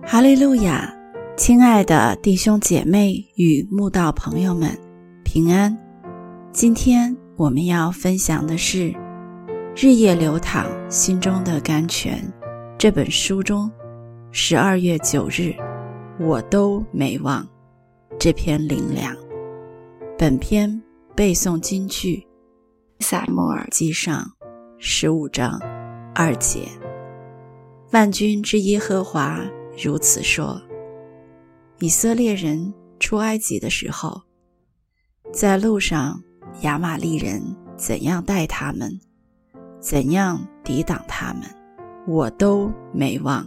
哈利路亚，亲爱的弟兄姐妹与慕道朋友们，平安。今天我们要分享的是《日夜流淌心中的甘泉》这本书中12月9日我都没忘这篇灵粮。本篇背诵金句撒母耳记上15章2节，万军之耶和华如此说，以色列人出埃及的时候，在路上亚玛力人怎样待他们，怎样抵挡他们，我都没忘。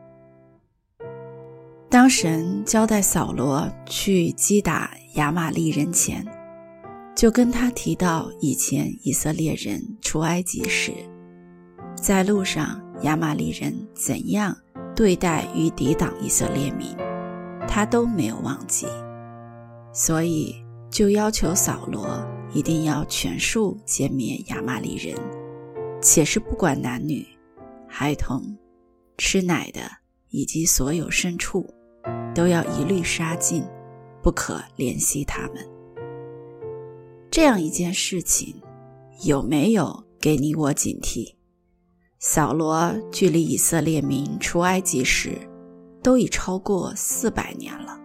当神交代扫罗去击打亚玛力人前，就跟他提到以前以色列人出埃及时，在路上亚玛力人怎样对待与抵挡以色列民，他都没有忘记，所以就要求扫罗一定要全数歼灭亚玛力人，且是不管男女、孩童、吃奶的以及所有牲畜，都要一律杀尽，不可怜惜他们。这样一件事情，有没有给你我警惕？扫罗距离以色列民出埃及时都已超过400年了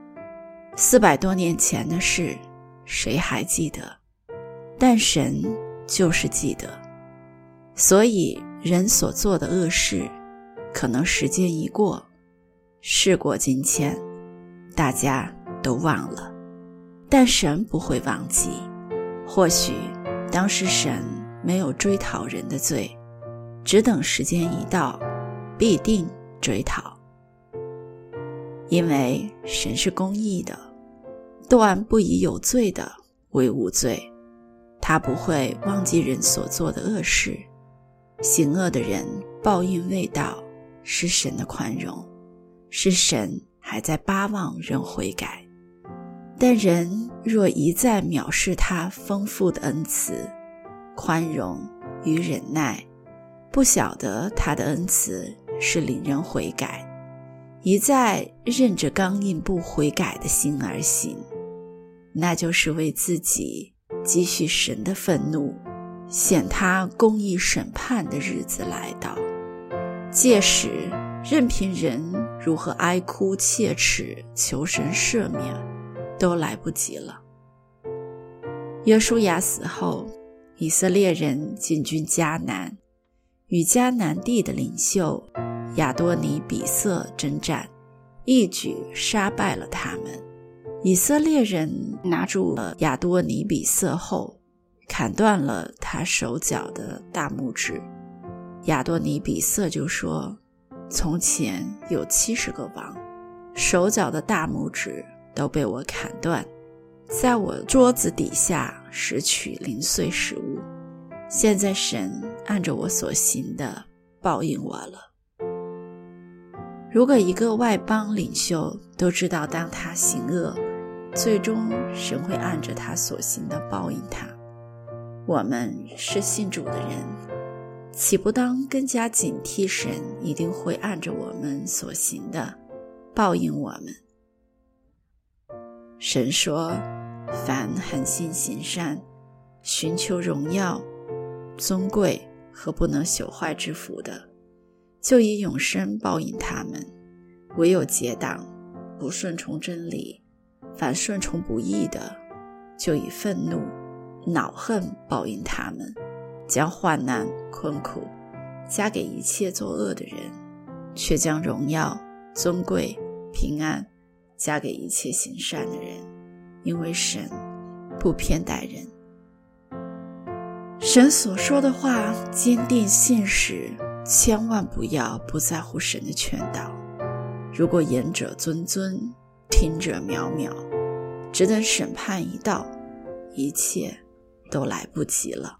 ，400多年前的事谁还记得？但神就是记得。所以人所做的恶事，可能时间一过，事过境迁，大家都忘了，但神不会忘记。或许当时神没有追讨人的罪，只等时间一到，必定追讨。因为神是公义的，断不以有罪的为无罪，他不会忘记人所做的恶事。行恶的人报应未到，是神的宽容，是神还在巴望人悔改。但人若一再藐视他丰富的恩慈、宽容与忍耐，不晓得他的恩慈是领人悔改，一再任着刚硬不悔改的心而行，那就是为自己积蓄神的愤怒，显他公义审判的日子来到。届时任凭人如何哀哭切齿求神赦免，都来不及了。约书亚死后，以色列人进军迦南，与迦南地的领袖亚多尼比色征战，一举杀败了他们。以色列人拿住了亚多尼比色后，砍断了他手脚的大拇指。亚多尼比色就说，从前有70个王，手脚的大拇指都被我砍断，在我桌子底下拾取零碎食物。现在神按着我所行的报应我了。如果一个外邦领袖都知道当他行恶，最终神会按着他所行的报应他，我们是信主的人，岂不当更加警惕神一定会按着我们所行的报应我们？神说，凡恒心行善，寻求荣耀、尊贵和不能朽坏之福的，就以永生报应他们；唯有结党、不顺从真理，反顺从不义的，就以愤怒、恼恨报应他们，将患难、困苦加给一切作恶的人，却将荣耀、尊贵、平安加给一切行善的人，因为神不偏待人。神所说的话坚定信实，千万不要不在乎神的劝导。如果言者谆谆，听者渺渺，只等审判一到，一切都来不及了。